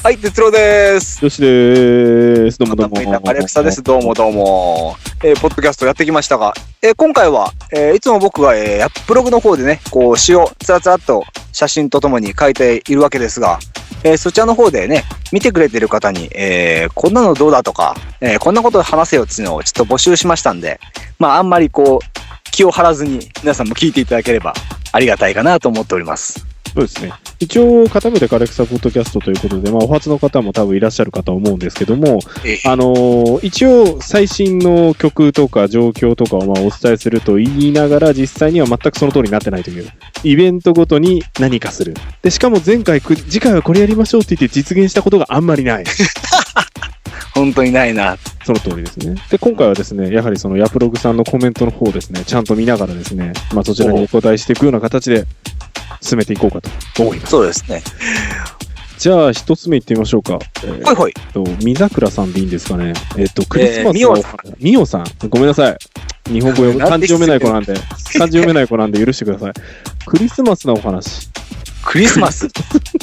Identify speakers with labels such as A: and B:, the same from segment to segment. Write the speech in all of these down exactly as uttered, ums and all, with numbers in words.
A: はい、哲郎です。
B: よしです。どうもどうも。
A: アレクサです。どうもどうも。えー、ポッドキャストやってきましたが、えー、今回は、えー、いつも僕が、えー、ブログの方でね、こう詩をつらつらっと写真とともに書いているわけですが、えー、そちらの方でね、見てくれてる方に、えー、こんなのどうだとか、えー、こんなことを話せよっていうのをちょっと募集しましたんで、まああんまりこう気を張らずに皆さんも聞いていただければありがたいかなと思っております。
B: そうですね。一応、片目でカレクサポッドキャストということで、まあ、お初の方も多分いらっしゃるかと思うんですけども、ええ、あのー、一応、最新の曲とか状況とかをまあお伝えすると言いながら、実際には全くその通りになってないという。イベントごとに何かする。で、しかも前回、次回はこれやりましょうって言って実現したことがあんまりない。
A: 本当にないな。
B: その通りですね。で、今回はですね、やはりそのヤプログさんのコメントの方ですね、ちゃんと見ながらですね、まあそちらにお答えしていくような形で進めていこうかと思います。
A: そうですね。
B: じゃあ一つ目いってみましょうか。
A: えー、はいはい。
B: と、みざくらさんでいいんですかね。えっ、ー、と、クリスマスの、えー、みおさん。ごめんなさい。日本語読む、漢字読めない子なんで、漢字読めない子なんで許してください。クリスマスのお話。
A: クリスマス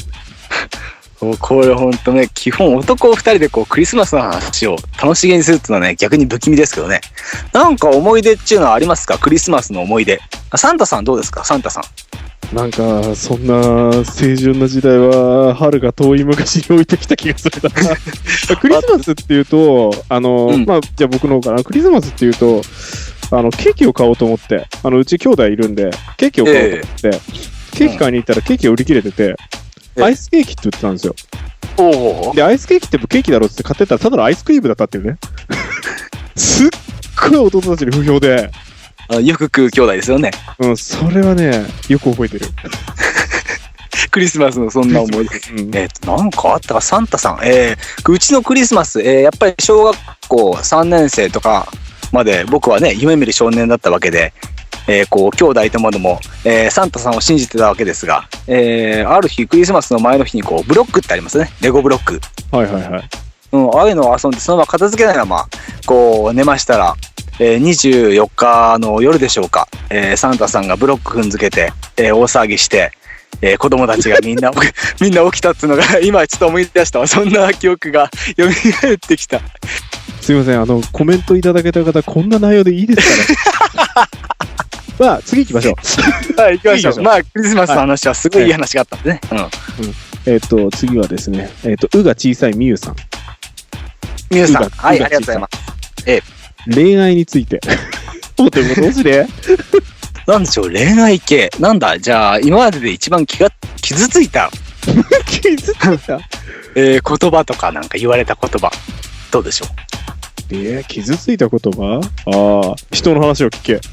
A: これほんとね、基本男二人でこうクリスマスの話を楽しげにするっていうのはね、逆に不気味ですけどね。なんか思い出っていうのはありますか？クリスマスの思い出。サンタさんどうですか？サンタさん。
B: なんか、そんな清純な時代は、春が遠い昔に置いてきた気がするな。クリスマスっていうと、あの、うん、まあ、じゃあ僕の方かな。クリスマスっていうと、あの、ケーキを買おうと思って、あの、うち兄弟いるんで、ケーキを買おうと思って、えー、ケーキ買いに行ったらケーキが売り切れてて、うん、アイスケーキって売ってたんですよ。おで、アイスケーキってケーキだろって買ってたら、ただのアイスクリームだったっていうね。すっごい弟たちに不評で。
A: あ、よく食う兄弟ですよね。
B: うん、それはね、よく覚えてる。
A: クリスマスのそんな思い出。うん、えっと、なんかあったか、サンタさん。えー、うちのクリスマス、えー、やっぱり小学校さんねん生とかまで僕はね、夢見る少年だったわけで、えー、こう、兄弟ともども、えー、サンタさんを信じてたわけですが、えー、ある日、クリスマスの前の日にこう、ブロックってありますね。レゴブロック。
B: はいはいはい。
A: うん、ああいうのを遊んで、そのまま片付けないまま、こう、寝ましたら、えー、にじゅうよっかの夜でしょうか、えー、サンタさんがブロック踏んづけて、えー、大騒ぎして、えー、子供たちがみんなみんな起きたっていうのが今ちょっと思い出したわ。そんな記憶が蘇ってきた。
B: すいません、あのコメントいただけた方、こんな内容でいいですかね。まあ次行きましょ
A: う。はい、行きましょう。まあクリスマスの話はすごいいい話があったんでね。はい、うん。うん、
B: えっ、ー、と次はですね、えっ、ー、とうが小さいみゆさん。
A: みゆさん、はい、ありがとうございます。えー
B: 恋愛について。どういうことマジで？
A: なんでしょう、恋愛系。なんだ、じゃあ、今までで一番気が、傷ついた。
B: 傷ついた
A: えー、言葉とかなんか言われた言葉。どうでしょう？
B: えー、傷ついた言葉？ああ、人の話を聞け。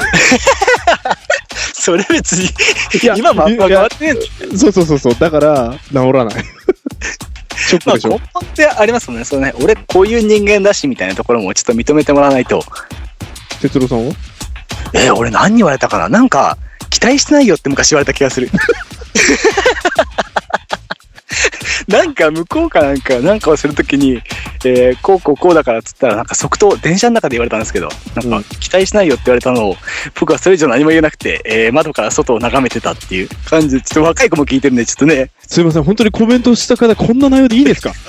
A: それ別に、いや、今まんま変わってんの？
B: そうそうそうそう、だから、治らない。ショックでしょ。
A: まあ、根本ってありますもんね。そうね。俺こういう人間だしみたいなところもちょっと認めてもらわないと。
B: 哲郎さんは？
A: えー、俺何言われたかな。なんか期待してないよって昔言われた気がする。なんか向こうかなんかなんかをするときに、えー、こうこうこうだからっつったらなんか即答電車の中で言われたんですけど、なんか期待しないよって言われたのを僕はそれ以上何も言えなくて、えー、窓から外を眺めてたっていう感じで、ちょっと若い子も聞いてるんでちょっとね。
B: すいません、本当にコメントした方こんな内容でいいですか？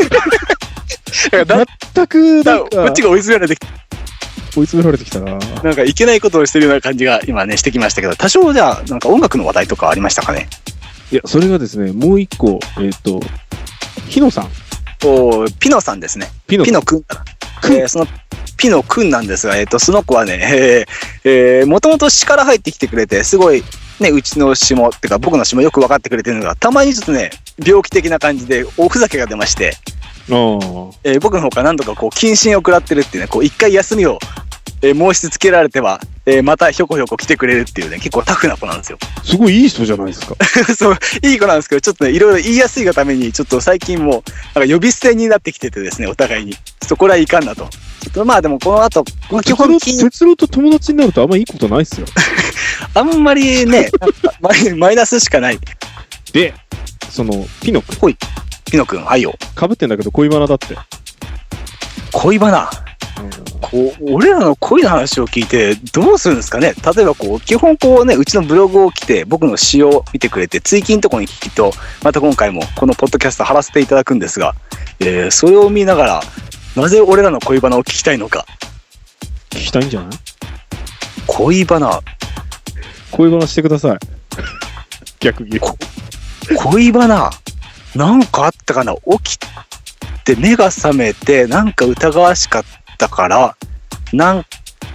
B: 全くなんか
A: こっちが追い詰められてきた。
B: 追い詰められてきたな。
A: なんかいけないことをしてるような感じが今ねしてきましたけど、多少じゃあなんか音楽の話題とかありましたかね？
B: いや、それがですね、もう一個、えっ、ー、とヒノさん。
A: おピノさんですね。ピノピノくんかな。えー、そのピノくんなんですが、えっ、ー、とその子はね、えーえー、もともと詩から入ってきてくれて、すごいね、うちの詩もってか僕の詩もよく分かってくれてるのが、たまにちょっとね病気的な感じでおふざけが出まして、
B: お
A: えー、僕の方から何とかこう謹慎を食らってるっていうね、こう一回休みを、えー、申し付けられては、えー、またひょこひょこ来てくれるっていうね、結構タフな子なんですよ。
B: すごいいい人じゃないですか。
A: そう、いい子なんですけど、ちょっとね、いろいろ言いやすいがために、ちょっと最近も、なんか呼び捨てになってきててですね、お互いに。ちょっとこれはいかんなと。ちょっとまあでもこの後、
B: 基本的に。哲郎と友達になるとあんまいいことないっすよ。
A: あんまりね、なんかマイナスしかない。
B: で、その、ピノくん。
A: ほい。ピノくん、はいよ。
B: 被ってんだけど恋バナだって。
A: 恋バナ、 こう、俺らの恋の話を聞いてどうするんですかね。例えばこう、基本こうね、うちのブログを来て、僕の詩を見てくれて、追記のところに聞くと、また今回もこのポッドキャスト貼らせていただくんですが、えー、それを見ながら、なぜ俺らの恋バナを聞きたいのか。
B: 聞きたいんじゃない？
A: 恋バナ。
B: 恋バナしてください。逆に。
A: 恋バナ。なんかあったかな。起きて目が覚めて、なんか疑わしかったから、なん、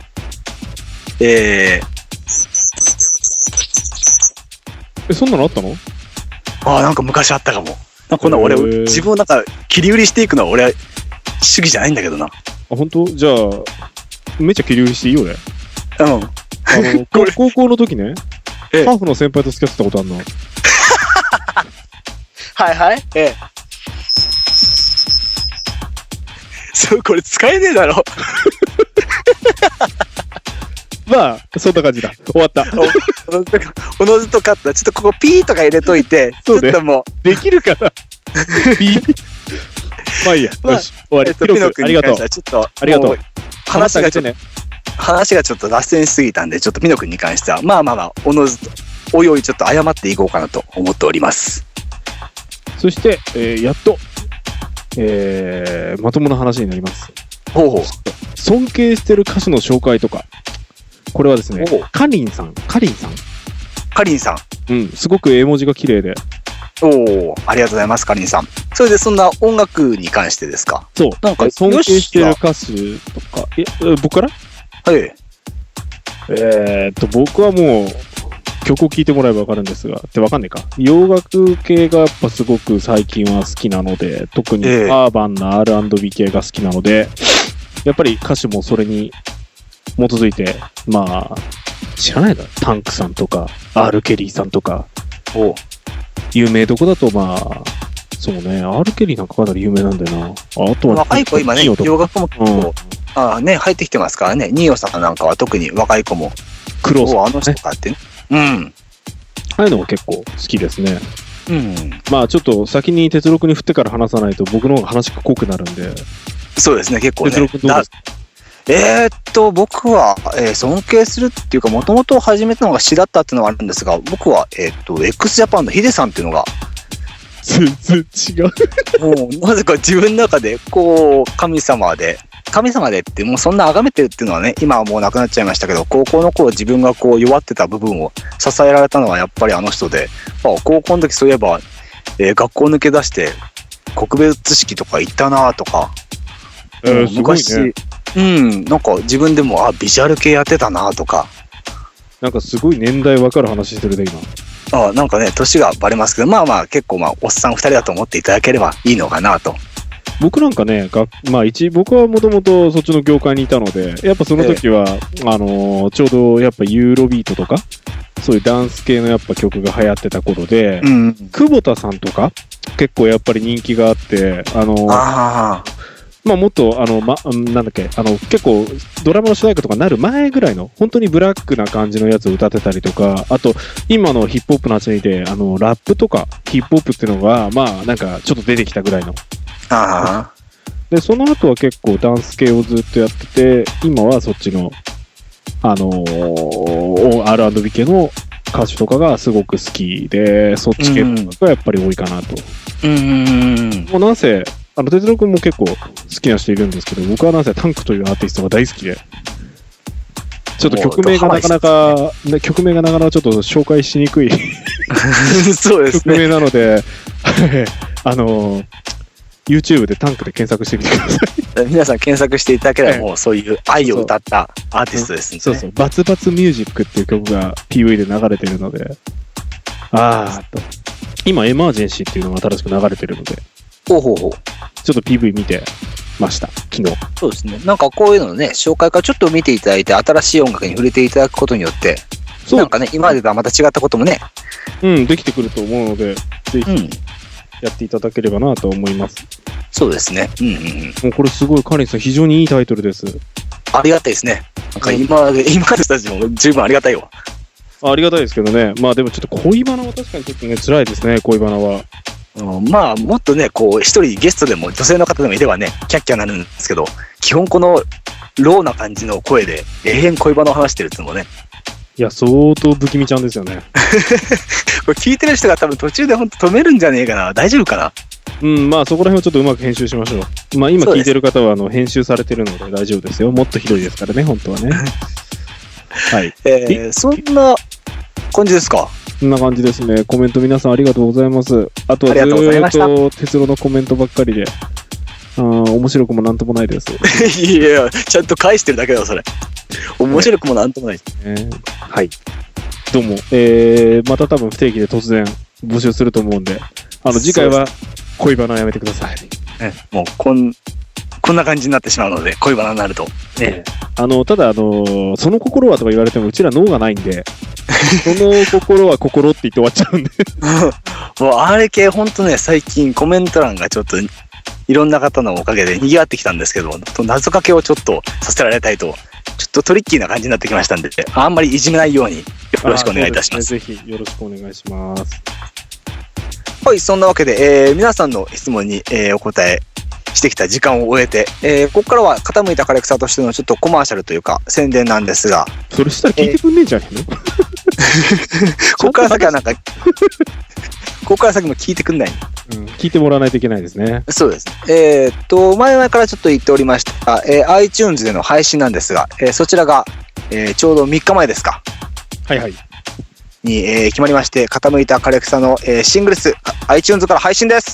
A: えー、
B: え、そんなのあったの？
A: ああ、なんか昔あったかも。なんかこんな俺、自分をなんか切り売りしていくのは俺は主義じゃないんだけどな。あ、
B: 本当？じゃあ、めっちゃ切り売りしていいよ、俺。
A: うん。
B: あの、高校の時ね、ええ、ハーフの先輩と付き合ってたことあるの。
A: はいはい。ええ。そう、これ使えねえだろ。
B: まあ、そんな感じだ。終わった。
A: おのずとカット。ちょっとここピーとか入れといて、
B: そうね、
A: ちょっともう。
B: できるかな。ピー。まあいいや。
A: まあ、
B: よし、終わり。
A: えっと、ピノ君に関してはちょっと、
B: ありがとう。
A: 話がちょっと、話がちょっと脱線しすぎたんで、ちょっとピノ君に関しては、まあまあまあ、おのずと、おいおいちょっと謝っていこうかなと思っております。
B: そして、えー、やっと、えー、まともな話になります。
A: ほうほう。
B: 尊敬してる歌手の紹介とか。これはですね、カリンさん、カリンさん。
A: カリンさ
B: ん。うん、すごく絵文字が綺麗で。
A: おお、ありがとうございます、カリンさん。それでそんな音楽に関してですか？
B: そう。なんか尊敬してる歌手とか、え、僕から？
A: はい。
B: えーっと、僕はもう、曲を聴いてもらえばわかるんですが、ってわかんないか。洋楽系がやっぱすごく最近は好きなので、特にアーバンな アールアンドビー 系が好きなので、やっぱり歌詞もそれに基づいて、まあ、知らないだろ。タンクさんとか、R ケリーさんとか、
A: お
B: 有名どこだとまあ、そうね、R ケリーなんかかなり有名なんだよな。あとは、
A: 若い子今ね、洋楽も結構、うん、ああね、入ってきてますからね。ニーヨさんなんかは特に若い子も。
B: クローさん、ね。
A: あの人かってね。うん。
B: ああいうのも結構好きですね。
A: うん。
B: まあちょっと先に鉄六に振ってから話さないと僕の方が話が濃くなるんで。
A: そうですね、結構ね。
B: 鉄六どうですか？
A: えー、っと、僕は、えー、尊敬するっていうか、もともと始めたのが詩だったっていうのがあるんですが、僕は、えー、っと、x ジャパンのヒデさんっていうのが、
B: 全然違う。
A: もう、なぜか自分の中で、こう、神様で、神様でって、もうそんな崇めてるっていうのはね、今はもうなくなっちゃいましたけど、高校の頃自分がこう弱ってた部分を支えられたのはやっぱりあの人で、あ、高校の時そういえば、えー、学校抜け出して告別式とか行ったなとか、
B: えー、昔、すごいね、
A: うん、なんか自分でも、あ、ビジュアル系やってたなとか。
B: なんかすごい年代分かる話してるね、今。
A: あ、なんかね、年がバレますけど、まあまあ結構まあ、おっさん二人だと思っていただければいいのかなと。
B: 僕なんかね、がまあ一、僕はもともとそっちの業界にいたので、やっぱその時は、ええ、あのー、ちょうどやっぱユーロビートとか、そういうダンス系のやっぱ曲が流行ってた頃で、うん、久保田さんとか、結構やっぱり人気があって、あのー、あまあもっと、あの、ま、なんだっけ、あの、結構、ドラマの主題歌とかなる前ぐらいの、本当にブラックな感じのやつを歌ってたりとか、あと、今のヒップホップの集めで、あの、ラップとかヒップホップっていうのが、まあ、なんか、ちょっと出てきたぐらいの。
A: ああ。
B: で、その後は結構ダンス系をずっとやってて、今はそっちの、あのー、アールアンドビー 系の歌手とかがすごく好きで、そっち系がやっぱり多いかなと。
A: うん。
B: もうなんせ、あの、哲郎君も結構好きな人いるんですけど、僕はなんせタンクというアーティストが大好きで、ちょっと曲名がなかなか、ね、曲名がなかなかちょっと紹介しにくい
A: そうですね。
B: 曲名なので、あの、YouTube でタンクで検索してみてください。
A: 皆さん検索していただければ、もうそういう愛を歌ったアーティストですね。
B: そうそう、バツバツミュージックっていう曲が ピーブイ で流れてるので、あーっと、今エマージェンシーっていうのが新しく流れてるので、
A: ほうほうほう。
B: ちょっと ピーブイ 見てました、昨日。
A: そうですね。なんかこういうのね、紹介からちょっと見ていただいて、新しい音楽に触れていただくことによって、なんかね、今までとはまた違ったこともね。
B: うん、できてくると思うので、ぜひやっていただければなと思います。
A: そうですね。うんうんうん。
B: もうこれすごい、カリンさん、非常にいいタイトルです。
A: ありがたいですね。なんか今まで、今までの人たちも十分ありがたいよ。
B: ありがたいですけどね。まあでもちょっと恋バナは確かにちょっとね、辛いですね、恋バナは。
A: うん、まあもっとねこう一人ゲストでも女性の方でもいればねキャッキャなるんですけど、基本このローな感じの声で永遠恋バナを話してるっていうのもね。
B: いや、相当不気味ちゃんですよね。
A: これ聞いてる人が多分途中でほんと止めるんじゃねえかな。大丈夫かな。
B: うん、まあそこら辺をちょっとうまく編集しましょう。まあ今聞いてる方はあの編集されてるので大丈夫ですよ。もっとひどいですからね、本当はね。はい。
A: えー、そんな感じですか。
B: そんな感じですね。コメント皆さんありがとうございます。あとはずーっと鉄郎のコメントばっかりで、あ面白くもなんともないです。
A: いや、ちゃんと返してるだけだよ、それ。面白くもなんともないです。
B: ね、はい。どうも、えー、また多分不定期で突然募集すると思うんで、あの、次回は恋バナやめてください。
A: ね、もう、こん、こんな感じになってしまうので、恋バナになると。
B: ね、あの、ただ、あの、その心はとか言われても、うちら脳がないんで、その心は心って言って終わっちゃうんで。
A: もう、あれ系、ほんとね、最近コメント欄がちょっと、いろんな方のおかげで賑わってきたんですけど、謎かけをちょっとさせられたいと、ちょっとトリッキーな感じになってきましたんで、あんまりいじめないようによろしくお願いいたします。
B: そうですね、ぜひよろしくお願いします。
A: はい、そんなわけで、えー、皆さんの質問に、えー、お答えしてきた時間を終えて、えー、ここからは傾いたカレクターとしてのちょっとコマーシャルというか宣伝なんですが、
B: それしたら聞いてくんねえんじゃねえの？こ
A: こから先はなんかここから先も聞いてくんない、
B: うん、聞いてもらわないといけないですね。
A: そうです。えー、っと前々からちょっと言っておりました、えー、iTunes での配信なんですが、えー、そちらが、えー、ちょうどみっかまえですか。
B: はいはい。
A: に、えー、決まりまして、傾いたカレクサの、えー、シングルス iTunes から配信です。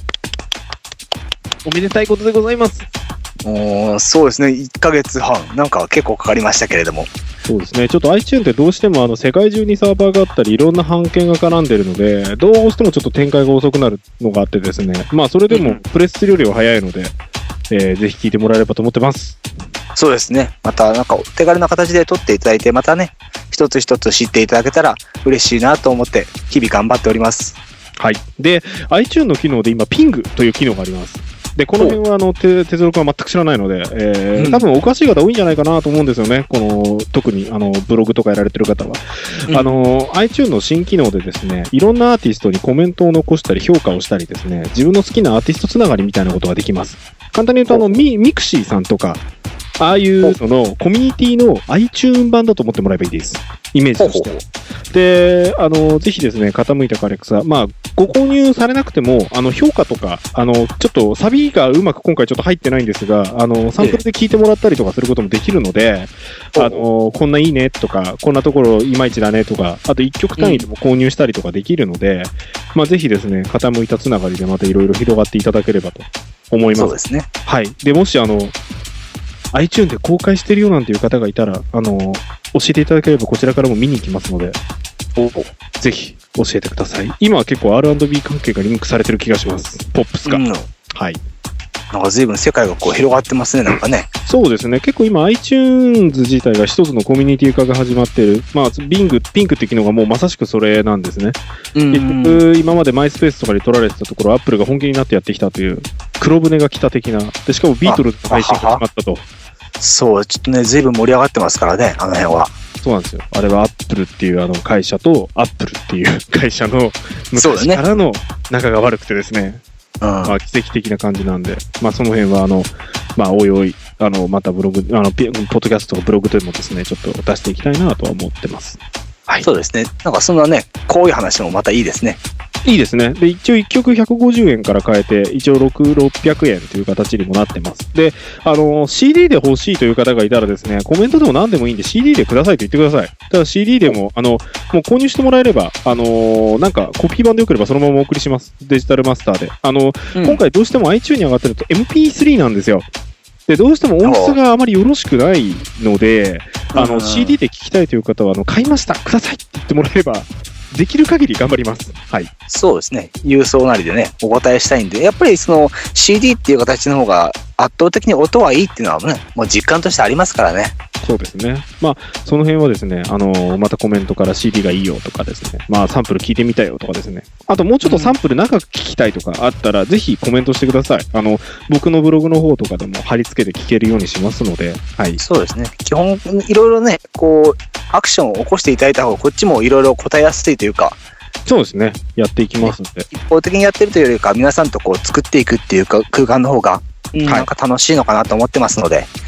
B: おめでたいことでございます。
A: おそうですね、いっかげつはんなんか結構かかりましたけれども。
B: そうですね、ちょっと iTunes ってどうしてもあの世界中にサーバーがあったりいろんな版権が絡んでるので、どうしてもちょっと展開が遅くなるのがあってですね、まあそれでもプレスよりは早いので、えー、ぜひ聞いてもらえればと思ってます。
A: そうですね、またなんか手軽な形で撮っていただいて、またね一つ一つ知っていただけたら嬉しいなと思って日々頑張っております。
B: はい。で iTunes の機能で今ピングという機能があります。でこの辺はあのて哲郎君は全く知らないので、えーうん、多分おかしい方多いんじゃないかなと思うんですよね。この特にあのブログとかやられてる方は、うん、あの iTunes の新機能でですね、いろんなアーティストにコメントを残したり評価をしたりですね、自分の好きなアーティストつながりみたいなことができます。簡単に言うとあのミミクシーさんとかああいうののコミュニティの iTunes 版だと思ってもらえばいいです。イメージとして。で、あの、ぜひですね、傾いたカレクサ、まあ、ご購入されなくても、あの、評価とか、あの、ちょっとサビがうまく今回ちょっと入ってないんですが、あの、サンプルで聞いてもらったりとかすることもできるので、あの、こんないいねとか、こんなところいまいちだねとか、あといっきょく単位でも購入したりとかできるので、うん、まあ、ぜひですね、傾いたつながりでまたいろいろ広がっていただければと思います。
A: そうですね。
B: はい。で、もしあの、iTunes で公開してるよなんていう方がいたら、あの、教えていただければこちらからも見に行きますので、ぜひ教えてください。今は結構 アールアンドビー 関係がリンクされてる気がします。ポップスが。うん、はい。
A: なんか随分世界がこう広がってますね、なんかね。
B: そうですね。結構今 iTunes 自体が一つのコミュニティ化が始まってる。まあ、ビング、ピンクって機能がもうまさしくそれなんですね。結局、今までマイスペースとかで取られてたところ、Apple が本気になってやってきたという、黒船が来た的な。で、しかもビートルズの配信が決まったと。
A: そう、ちょっとね、随分盛り上がってますからね、あの辺は。
B: そうなんですよ。あれはアップルっていうあの会社とアップルっていう会社の昔からの仲が悪くてですね、うん、まあ奇跡的な感じなんで、まあその辺はあの、まあおいおい、あの、またブログ、あの、ポッドキャストとかブログでもですね、ちょっと出していきたいなとは思ってます。
A: はい。そうですね。なんかそんなね、こういう話もまたいいですね。
B: いいですね。で、一応いっきょくひゃくごじゅうえんから変えて、一応ろく、ろっぴゃくえんという形にもなってます。で、あの、シーディー で欲しいという方がいたらですね、コメントでも何でもいいんで シーディー でくださいと言ってください。ただ シーディー でも、あの、もう購入してもらえれば、あの、なんかコピー版でよければそのままお送りします。デジタルマスターで。あの、うん、今回どうしても iTunes に上がってると エムピースリー なんですよ。で、どうしても音質があまりよろしくないので、あの、シーディー で聞きたいという方は、あの、買いました、くださいって言ってもらえれば、できる限り頑張ります。はい。
A: そうですね。郵送なりでね、お答えしたいんで、やっぱりその シーディー っていう形の方が圧倒的に音はいいっていうのはね、もう実感としてありますからね。
B: そうですね。まあ、その辺はですね、あのー、またコメントから シーディー がいいよとかですね、まあ、サンプル聞いてみたよとかですね。あと、もうちょっとサンプル長く聞きたいとかあったら、うん、ぜひコメントしてください。あの、僕のブログの方とかでも貼り付けて聞けるようにしますので、はい。
A: そうですね。基本、いろいろね、こう、アクションを起こしていただいた方が、こっちもいろいろ答えやすいというか、
B: そうですね。やっていきますので。
A: 一方的にやってるというよりか、皆さんとこう作っていくっていうか空間の方が、なんか楽しいのかなと思ってますので、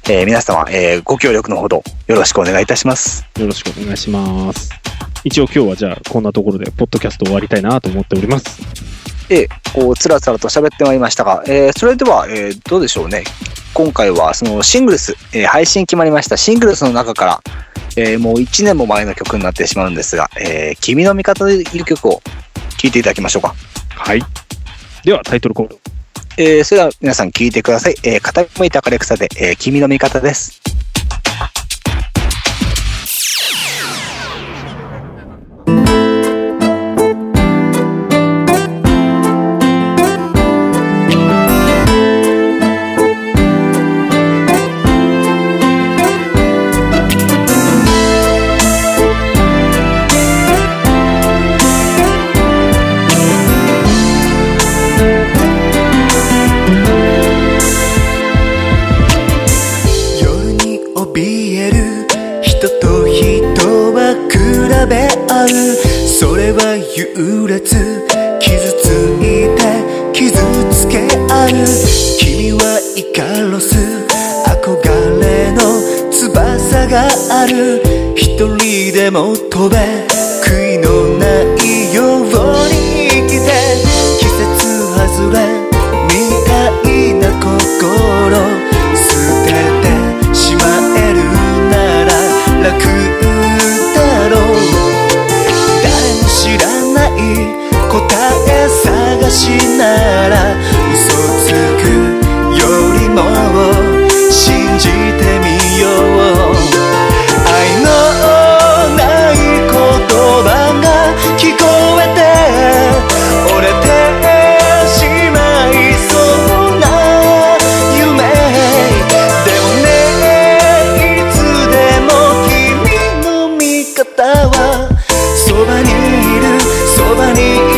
A: えー、皆様、えー、ご協力のほどよろしくお願いいたします。
B: よろしくお願いします。一応今日はじゃあこんなところでポッドキャスト終わりたいなと思っております。
A: えー、こうつらつらと喋ってまいりましたが、えー、それでは、えー、どうでしょうね。今回はそのシングルス、えー、配信決まりましたシングルスの中から、えー、もういちねんも前の曲になってしまうんですが、えー、君の味方でいる曲を聴いていただきましょうか。
B: はい。ではタイトルコール。
A: えー、それでは皆さん聴いてください。えー、傾いた枯れ草で、えー、君の味方です。
C: それは優劣傷ついて傷つけ合う。君はイカロス憧れの翼がある。一人でも飛べ悔いのないように生きて季節外れみたいな心捨ててしまえるなら楽だろう。知らない答え探しなら嘘つくよりも信じてみよう。愛のない言葉が聞こえて折れてしまいそうな夢でもね、いつでも君の味方はそばにいるそばにいる